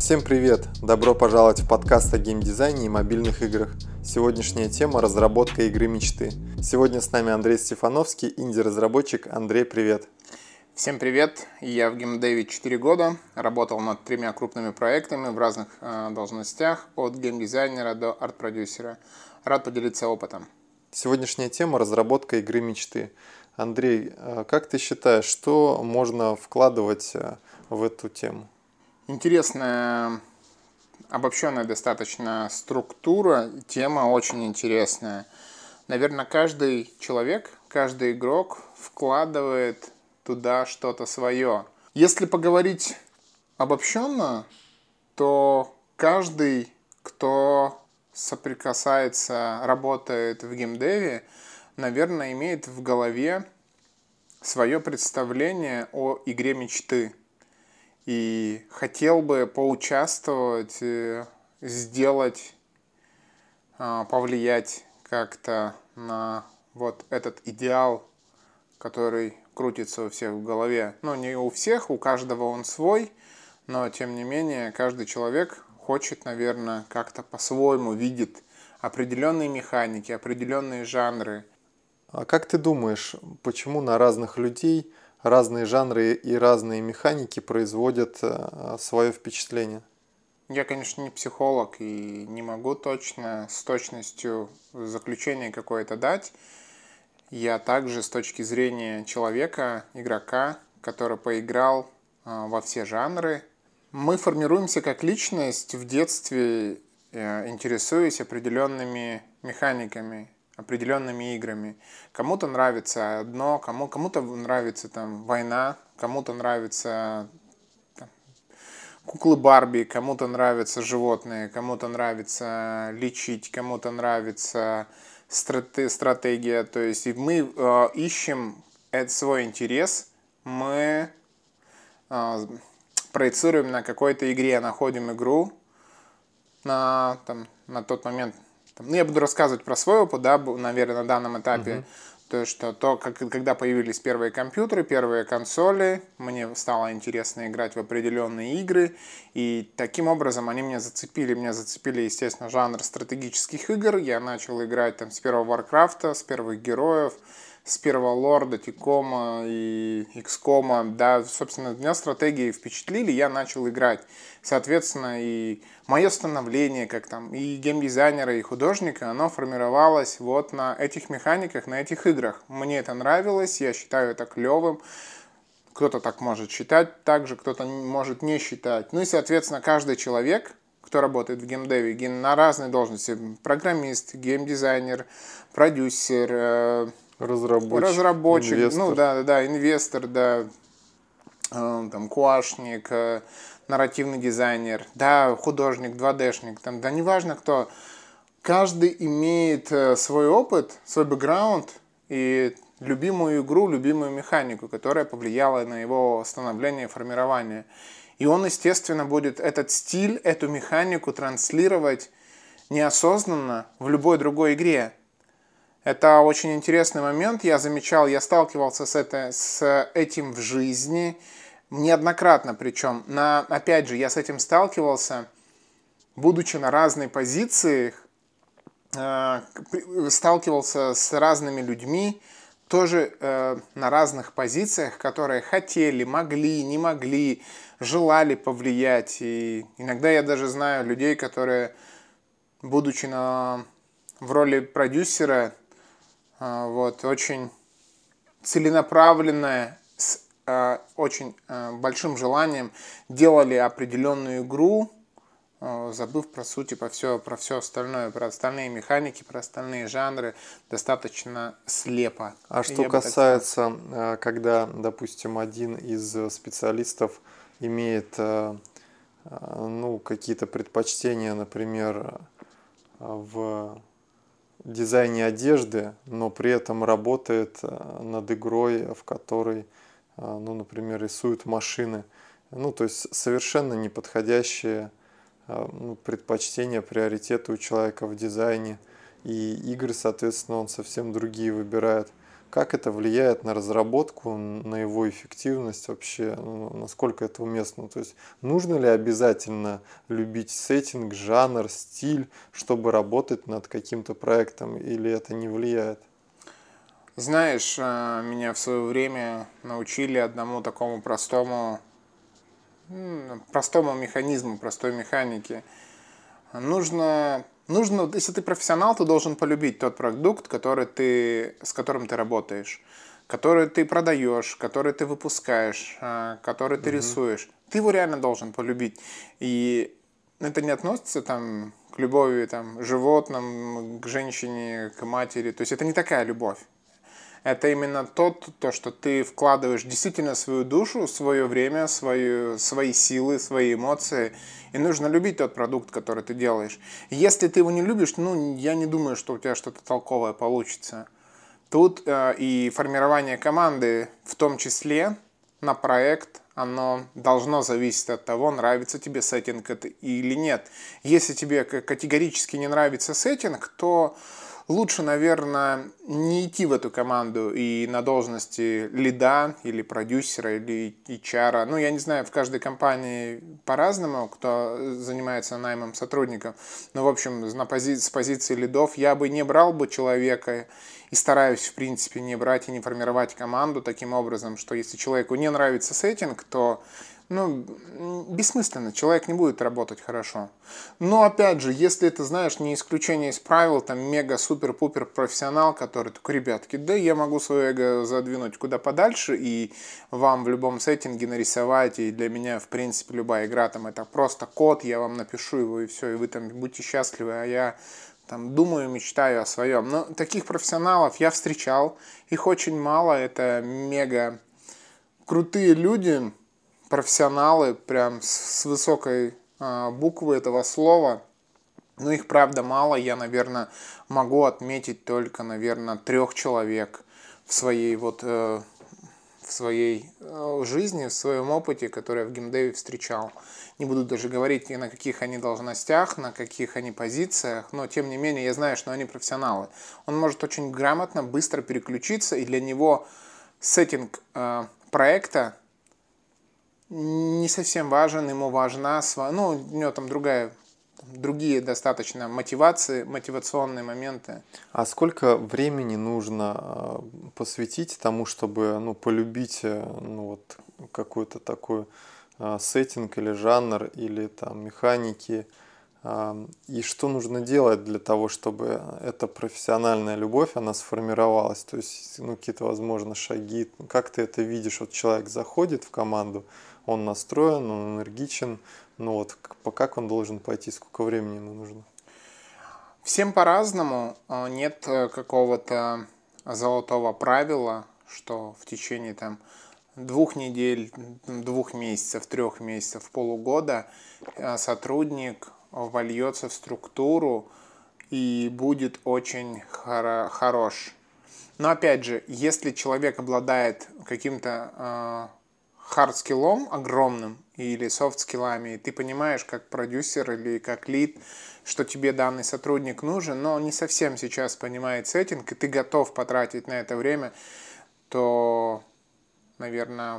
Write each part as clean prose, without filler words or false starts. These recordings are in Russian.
Всем привет! Добро пожаловать в подкаст о геймдизайне и мобильных играх. Сегодняшняя тема – разработка игры мечты. Сегодня с нами Андрей Стефановский, инди-разработчик. Андрей, привет! Всем привет! Я в геймдеве 4 года, работал над 3 крупными проектами в разных должностях, от геймдизайнера до арт-продюсера. Рад поделиться опытом. Сегодняшняя тема – разработка игры мечты. Андрей, как ты считаешь, что можно вкладывать в эту тему? Интересная, обобщенная достаточно структура, тема очень интересная. Наверное, каждый человек, каждый игрок вкладывает туда что-то свое. Если поговорить обобщенно, то каждый, кто соприкасается, работает в геймдеве, наверное, имеет в голове свое представление о игре мечты. И хотел бы поучаствовать, сделать, повлиять как-то на вот этот идеал, который крутится у всех в голове. Ну, не у всех, у каждого он свой, но, тем не менее, каждый человек хочет, наверное, как-то по-своему видит определенные механики, определенные жанры. А как ты думаешь, почему на разных людей разные жанры и разные механики производят свое впечатление? Я, конечно, не психолог и не могу с точностью заключение какое-то дать. Я также с точки зрения человека, игрока, который поиграл во все жанры. Мы формируемся как личность в детстве, интересуясь определенными механиками, определенными играми. Кому-то нравится одно, кому-то нравится там война, кому-то нравится там, куклы Барби, кому-то нравятся животные, кому-то нравится лечить, кому-то нравится стратегия. То есть мы ищем свой интерес, мы проецируем на какой-то игре, находим игру на тот момент. Я буду рассказывать про свой опыт, да, наверное, на данном этапе. То, что когда появились первые компьютеры, первые консоли, мне стало интересно играть в определенные игры, и таким образом они меня зацепили. Меня зацепили, естественно, жанр стратегических игр. Я начал играть с первого Варкрафта, с первых героев, с первого Лорда, Тикома и Икскома. Да, собственно, меня стратегии впечатлили, я начал играть. Соответственно, и мое становление, как и геймдизайнера, и художника, оно формировалось вот на этих механиках, на этих играх. Мне это нравилось, я считаю это клевым. Кто-то так может считать, также кто-то может не считать. Ну и, соответственно, каждый человек, кто работает в геймдеве, на разные должности, программист, геймдизайнер, продюсер, разработчик, инвестор. Инвестор, куашник, нарративный дизайнер, художник, 2D-шник, неважно кто. Каждый имеет свой опыт, свой бэкграунд и любимую игру, любимую механику, которая повлияла на его становление и формирование. И он, естественно, будет этот стиль, эту механику транслировать неосознанно в любой другой игре. Это очень интересный момент. Я замечал, я сталкивался с этим в жизни неоднократно, причем. Опять же, я с этим сталкивался, будучи на разной позиции, сталкивался с разными людьми, тоже на разных позициях, которые хотели, могли, не могли, желали повлиять. И иногда я даже знаю людей, которые, будучи в роли продюсера, очень целенаправленная, с очень большим желанием делали определенную игру, забыв про все остальное, про остальные механики, про остальные жанры, достаточно слепо. А что касается, когда, допустим, один из специалистов имеет какие-то предпочтения, например, в дизайне одежды, но при этом работает над игрой, в которой, например, рисуют машины. То есть совершенно неподходящие предпочтения, приоритеты у человека в дизайне. И игры, соответственно, он совсем другие выбирает. Как это влияет на разработку, на его эффективность вообще, ну, насколько это уместно? То есть нужно ли обязательно любить сеттинг, жанр, стиль, чтобы работать над каким-то проектом, или это не влияет? Знаешь, меня в свое время научили одному такому простому механизму, простой механике. Нужно, если ты профессионал, ты должен полюбить тот продукт, с которым ты работаешь, который ты продаешь, который ты выпускаешь, который ты Мгм. рисуешь. Ты его реально должен полюбить. И это не относится там к любови там, к животным, к женщине, к матери. То есть это не такая любовь. Это именно то, что ты вкладываешь действительно свою душу, свое время, свои силы, свои эмоции. И нужно любить тот продукт, который ты делаешь. Если ты его не любишь, ну, я не думаю, что у тебя что-то толковое получится. Тут и формирование команды, в том числе на проект, оно должно зависеть от того, нравится тебе сеттинг это или нет. Если тебе категорически не нравится сеттинг, то лучше, наверное, не идти в эту команду и на должности лида или продюсера или HR. Ну, я не знаю, в каждой компании по-разному, кто занимается наймом сотрудников. Но, в общем, с позиции лидов я бы не брал бы человека и стараюсь, в принципе, не брать и не формировать команду таким образом, что если человеку не нравится сеттинг, то ну, бессмысленно, человек не будет работать хорошо. Но опять же, если это, знаешь, не исключение из правил, там мега-супер-пупер профессионал, который такой, ребятки, да я могу свое эго задвинуть куда подальше и вам в любом сеттинге нарисовать, и для меня, в принципе, любая игра там это просто код, я вам напишу его и все, и вы там будьте счастливы, а я там думаю, мечтаю о своем. Но таких профессионалов я встречал, их очень мало, это мега крутые люди, профессионалы, прям с высокой буквы этого слова. Но их, правда, мало. Я, наверное, могу отметить только, наверное, 3 человек в своей жизни, в своем опыте, который я в геймдеве встречал. Не буду даже говорить, на каких они должностях, на каких они позициях, но тем не менее я знаю, что они профессионалы. Он может очень грамотно, быстро переключиться, и для него сеттинг проекта не совсем важен, ему важна, ну, у него там другие достаточно мотивационные моменты. А сколько времени нужно посвятить тому, чтобы ну, полюбить ну, вот, какой-то такой сеттинг или жанр, или там механики? И что нужно делать для того, чтобы эта профессиональная любовь, она сформировалась? То есть, ну, какие-то, возможно, шаги. Как ты это видишь? Вот человек заходит в команду, он настроен, он энергичен, ну вот как он должен пойти, сколько времени ему нужно? Всем по-разному. Нет какого-то золотого правила, что в течение там 2 недель, 2 месяцев, 3 месяцев, полугода сотрудник вольется в структуру и будет очень хорош. Но опять же, если человек обладает каким-то хард-скиллом огромным или софт-скиллами, и ты понимаешь, как продюсер или как лид, что тебе данный сотрудник нужен, но он не совсем сейчас понимает сеттинг, и ты готов потратить на это время, то, наверное,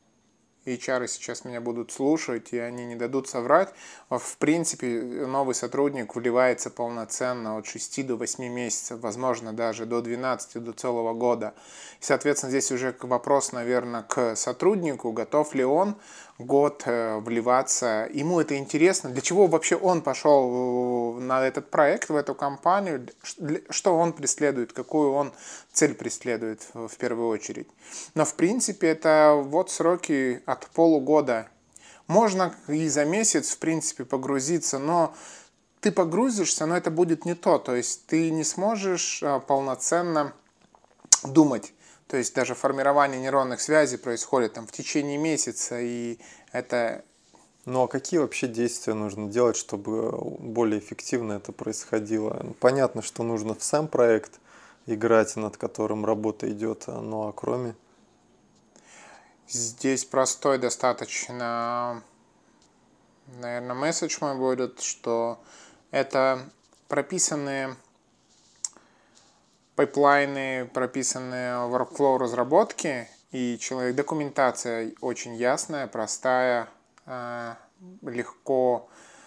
HR сейчас меня будут слушать, и они не дадут соврать. В принципе, новый сотрудник вливается полноценно от 6 до 8 месяцев, возможно, даже до 12, до целого года. И, соответственно, здесь уже вопрос, наверное, к сотруднику, готов ли он год вливаться. Ему это интересно. Для чего вообще он пошел на этот проект, в эту компанию, что он преследует, какую он цель преследует в первую очередь. Но, в принципе, это вот сроки от полугода. Можно и за месяц, в принципе, погрузиться, но ты погрузишься, но это будет не то. То есть ты не сможешь полноценно думать. То есть даже формирование нейронных связей происходит там в течение месяца, и это... Ну а какие вообще действия нужно делать, чтобы более эффективно это происходило? Понятно, что нужно в сам проект играть, над которым работа идет, ну а кроме? Здесь простой достаточно, наверное, месседж мой будет, что это прописанные пайплайны, прописанные workflow разработки, и документация очень ясная, простая, легко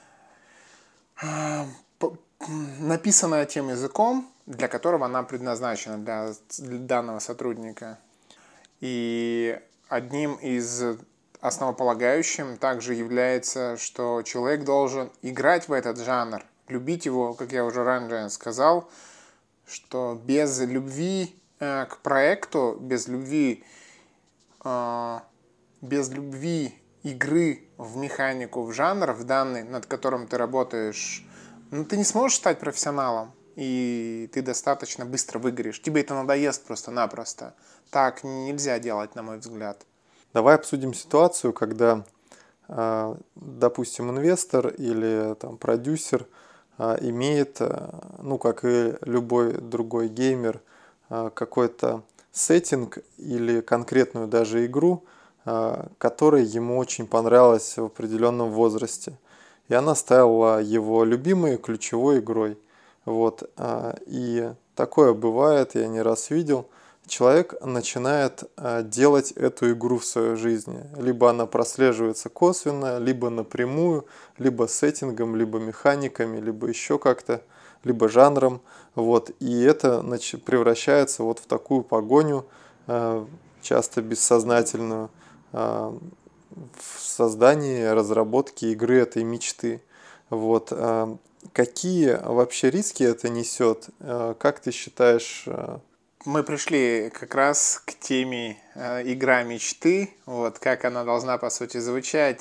написанная тем языком, для которого она предназначена, для данного сотрудника. И одним из основополагающим также является, что человек должен играть в этот жанр, любить его, как я уже ранее сказал, что без любви к проекту, без любви игры в механику, в жанр, в данный, над которым ты работаешь, ты не сможешь стать профессионалом, и ты достаточно быстро выгоришь. Тебе это надоест просто-напросто. Так нельзя делать, на мой взгляд. Давай обсудим ситуацию, когда, допустим, инвестор или там, продюсер имеет, ну, как и любой другой геймер, какой-то сеттинг или конкретную даже игру, которая ему очень понравилась в определенном возрасте. И она стала его любимой ключевой игрой. Вот. И такое бывает, я не раз видел. Человек начинает делать эту игру в своей жизни. Либо она прослеживается косвенно, либо напрямую, либо сеттингом, либо механиками, либо еще как-то, либо жанром. Вот. И это превращается вот в такую погоню, часто бессознательную, в создании, разработке игры этой мечты. Вот. Какие вообще риски это несет? Как ты считаешь? Мы пришли как раз к теме игра мечты, вот как она должна по сути звучать.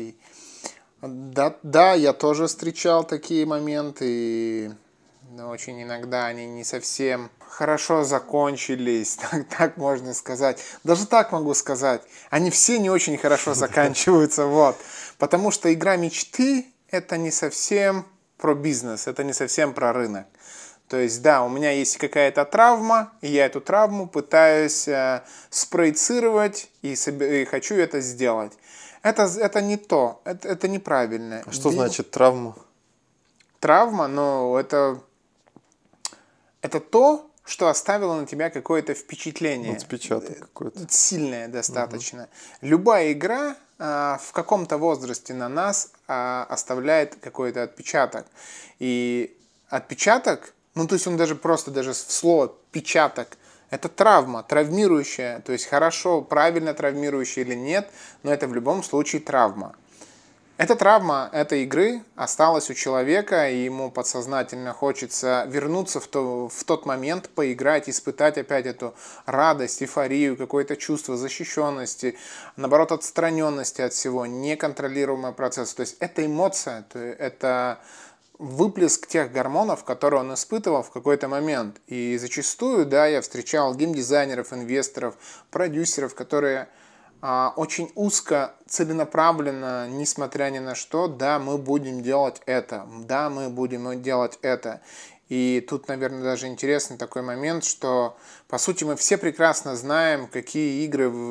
Да, я тоже встречал такие моменты, но очень иногда они не совсем хорошо закончились, так можно сказать. Даже так могу сказать. Они все не очень хорошо заканчиваются, вот. Потому что игра мечты это не совсем про бизнес, это не совсем про рынок. То есть, да, у меня есть какая-то травма, и я эту травму пытаюсь спроецировать и хочу это сделать. Это не то, это неправильно. А что значит травма? Травма, ну, это то, что оставило на тебя какое-то впечатление. Отпечаток какой-то. Сильное достаточно. Любая игра в каком-то возрасте на нас оставляет какой-то отпечаток. И отпечаток, ну то есть он даже в слово «печаток», это травма, травмирующая, то есть хорошо, правильно травмирующая или нет, но это в любом случае травма. Эта травма этой игры осталась у человека, и ему подсознательно хочется вернуться в тот момент, поиграть, испытать опять эту радость, эйфорию, какое-то чувство защищенности, наоборот, отстраненности от всего, неконтролируемый процесс. То есть это эмоция, это выплеск тех гормонов, которые он испытывал в какой-то момент. И зачастую, да, я встречал геймдизайнеров, инвесторов, продюсеров, которые очень узко, целенаправленно, несмотря ни на что, да, мы будем делать это, да, мы будем делать это. И тут, наверное, даже интересный такой момент, что, по сути, мы все прекрасно знаем, какие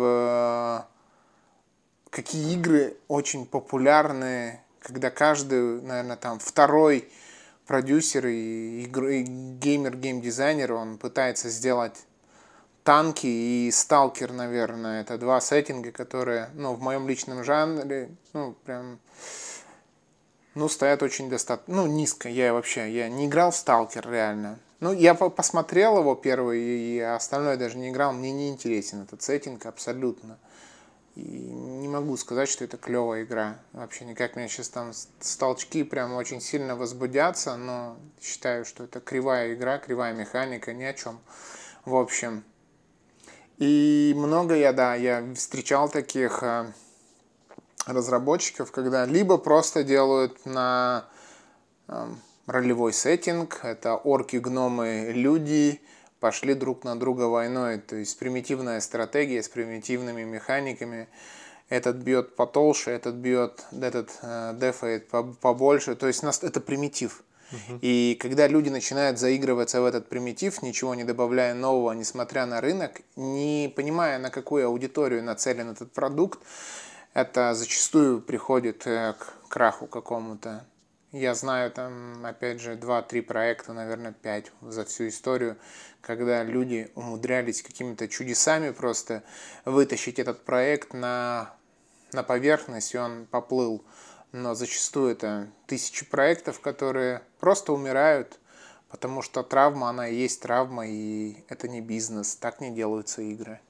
игры очень популярны, когда каждый, наверное, там второй продюсер и геймер, геймдизайнер, он пытается сделать танки и сталкер, наверное, это два сеттинга, которые, ну, в моем личном жанре, ну, прям, ну, стоят очень достаточно, ну, низко. Я не играл в сталкер, реально. Ну, я посмотрел его первый, и остальное даже не играл. Мне не интересен этот сеттинг абсолютно. И не могу сказать, что это клевая игра. Вообще никак меня сейчас там толчки прям очень сильно возбудятся, но считаю, что это кривая игра, кривая механика, ни о чем. В общем. И много я встречал таких разработчиков, когда либо просто делают на ролевой сеттинг, это орки, гномы, люди, пошли друг на друга войной, то есть примитивная стратегия с примитивными механиками, этот бьет потолще, этот дефает побольше, то есть это примитив. И когда люди начинают заигрываться в этот примитив, ничего не добавляя нового, несмотря на рынок, не понимая, на какую аудиторию нацелен этот продукт, это зачастую приходит к краху какому-то. Я знаю там, опять же, 2-3 проекта, наверное, 5 за всю историю, когда люди умудрялись какими-то чудесами просто вытащить этот проект на поверхность, и он поплыл. Но зачастую это тысячи проектов, которые просто умирают, потому что травма, она и есть травма, и это не бизнес, так не делаются игры.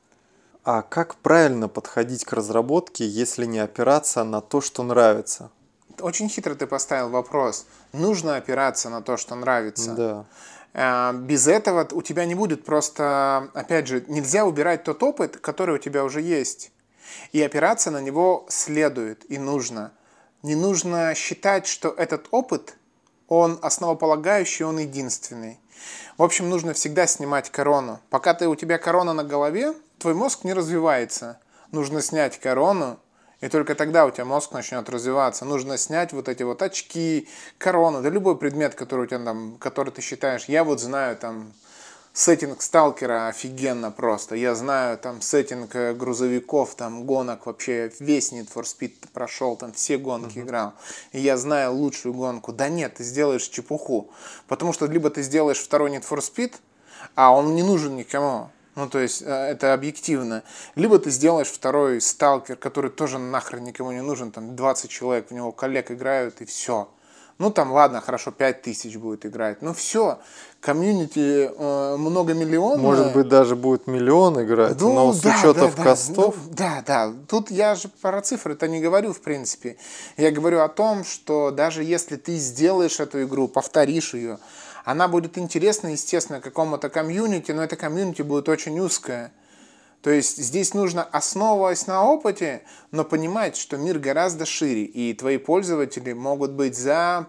А как правильно подходить к разработке, если не опираться на то, что нравится? Очень хитро ты поставил вопрос. Нужно опираться на то, что нравится. Да. Без этого у тебя не будет просто... Опять же, нельзя убирать тот опыт, который у тебя уже есть. И опираться на него следует и нужно. Не нужно считать, что этот опыт, он основополагающий, он единственный. В общем, нужно всегда снимать корону. Пока у тебя корона на голове, твой мозг не развивается. Нужно снять корону, и только тогда у тебя мозг начнет развиваться. Нужно снять вот эти вот очки, корону, да любой предмет, который у тебя там, который ты считаешь. Я вот знаю там сеттинг сталкера офигенно просто. Я знаю там сеттинг грузовиков, там гонок вообще весь Need for Speed прошел, там все гонки играл. И я знаю лучшую гонку. Да нет, ты сделаешь чепуху. Потому что либо ты сделаешь второй Need for Speed, а он не нужен никому. Ну, то есть, это объективно. Либо ты сделаешь второй сталкер, который тоже нахрен никому не нужен. Там 20 человек, в него коллег играют, и все. Ну, там, ладно, хорошо, 5000 будет играть. Ну, все. Комьюнити многомиллионное. Может быть, даже будет миллион играть, Ну, но с учетом костов. Да. Тут я же про цифры-то не говорю, в принципе. Я говорю о том, что даже если ты сделаешь эту игру, повторишь ее, она будет интересна, естественно, какому-то комьюнити, но это комьюнити будет очень узкое. То есть здесь нужно, основываясь на опыте, но понимать, что мир гораздо шире, и твои пользователи могут быть за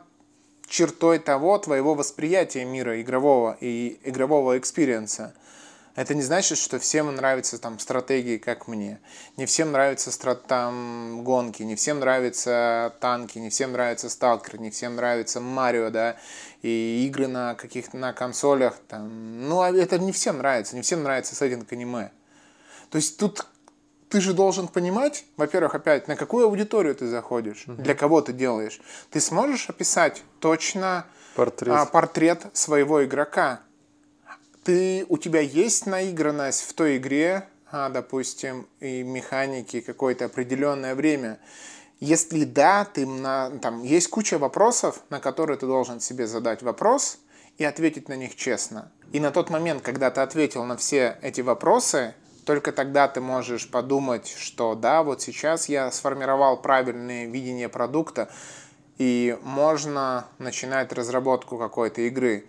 чертой того твоего восприятия мира игрового и игрового экспириенса. Это не значит, что всем нравятся там стратегии, как мне. Не всем нравятся там гонки, не всем нравятся танки, не всем нравится Сталкер, не всем нравится Марио, да, и игры на консолях. Там. Ну, это не всем нравится, не всем нравится сеттинг аниме. То есть тут ты же должен понимать, во-первых, опять, на какую аудиторию ты заходишь, для кого ты делаешь. Ты сможешь описать точно портрет своего игрока. У тебя есть наигранность в той игре, допустим, и механики какое-то определенное время. Если да, там есть куча вопросов, на которые ты должен себе задать вопрос и ответить на них честно. И на тот момент, когда ты ответил на все эти вопросы, только тогда ты можешь подумать, что да, вот сейчас я сформировал правильное видение продукта, и можно начинать разработку какой-то игры.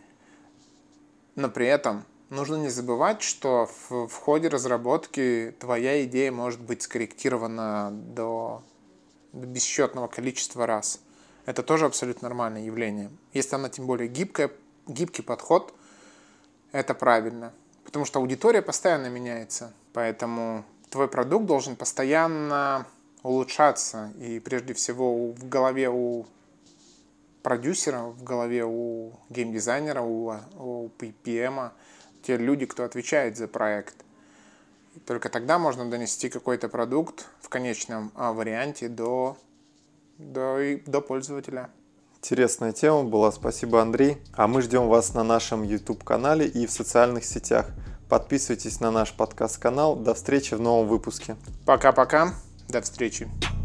Но при этом нужно не забывать, что в ходе разработки твоя идея может быть скорректирована до бесчетного количества раз. Это тоже абсолютно нормальное явление. Если она тем более гибкий подход, это правильно. Потому что аудитория постоянно меняется. Поэтому твой продукт должен постоянно улучшаться. И прежде всего в голове у продюсера, в голове у геймдизайнера, у PPM, те люди, кто отвечает за проект. И только тогда можно донести какой-то продукт в конечном варианте до пользователя. Интересная тема была, спасибо, Андрей. А мы ждем вас на нашем YouTube-канале и в социальных сетях. Подписывайтесь на наш подкаст-канал. До встречи в новом выпуске. Пока-пока. До встречи.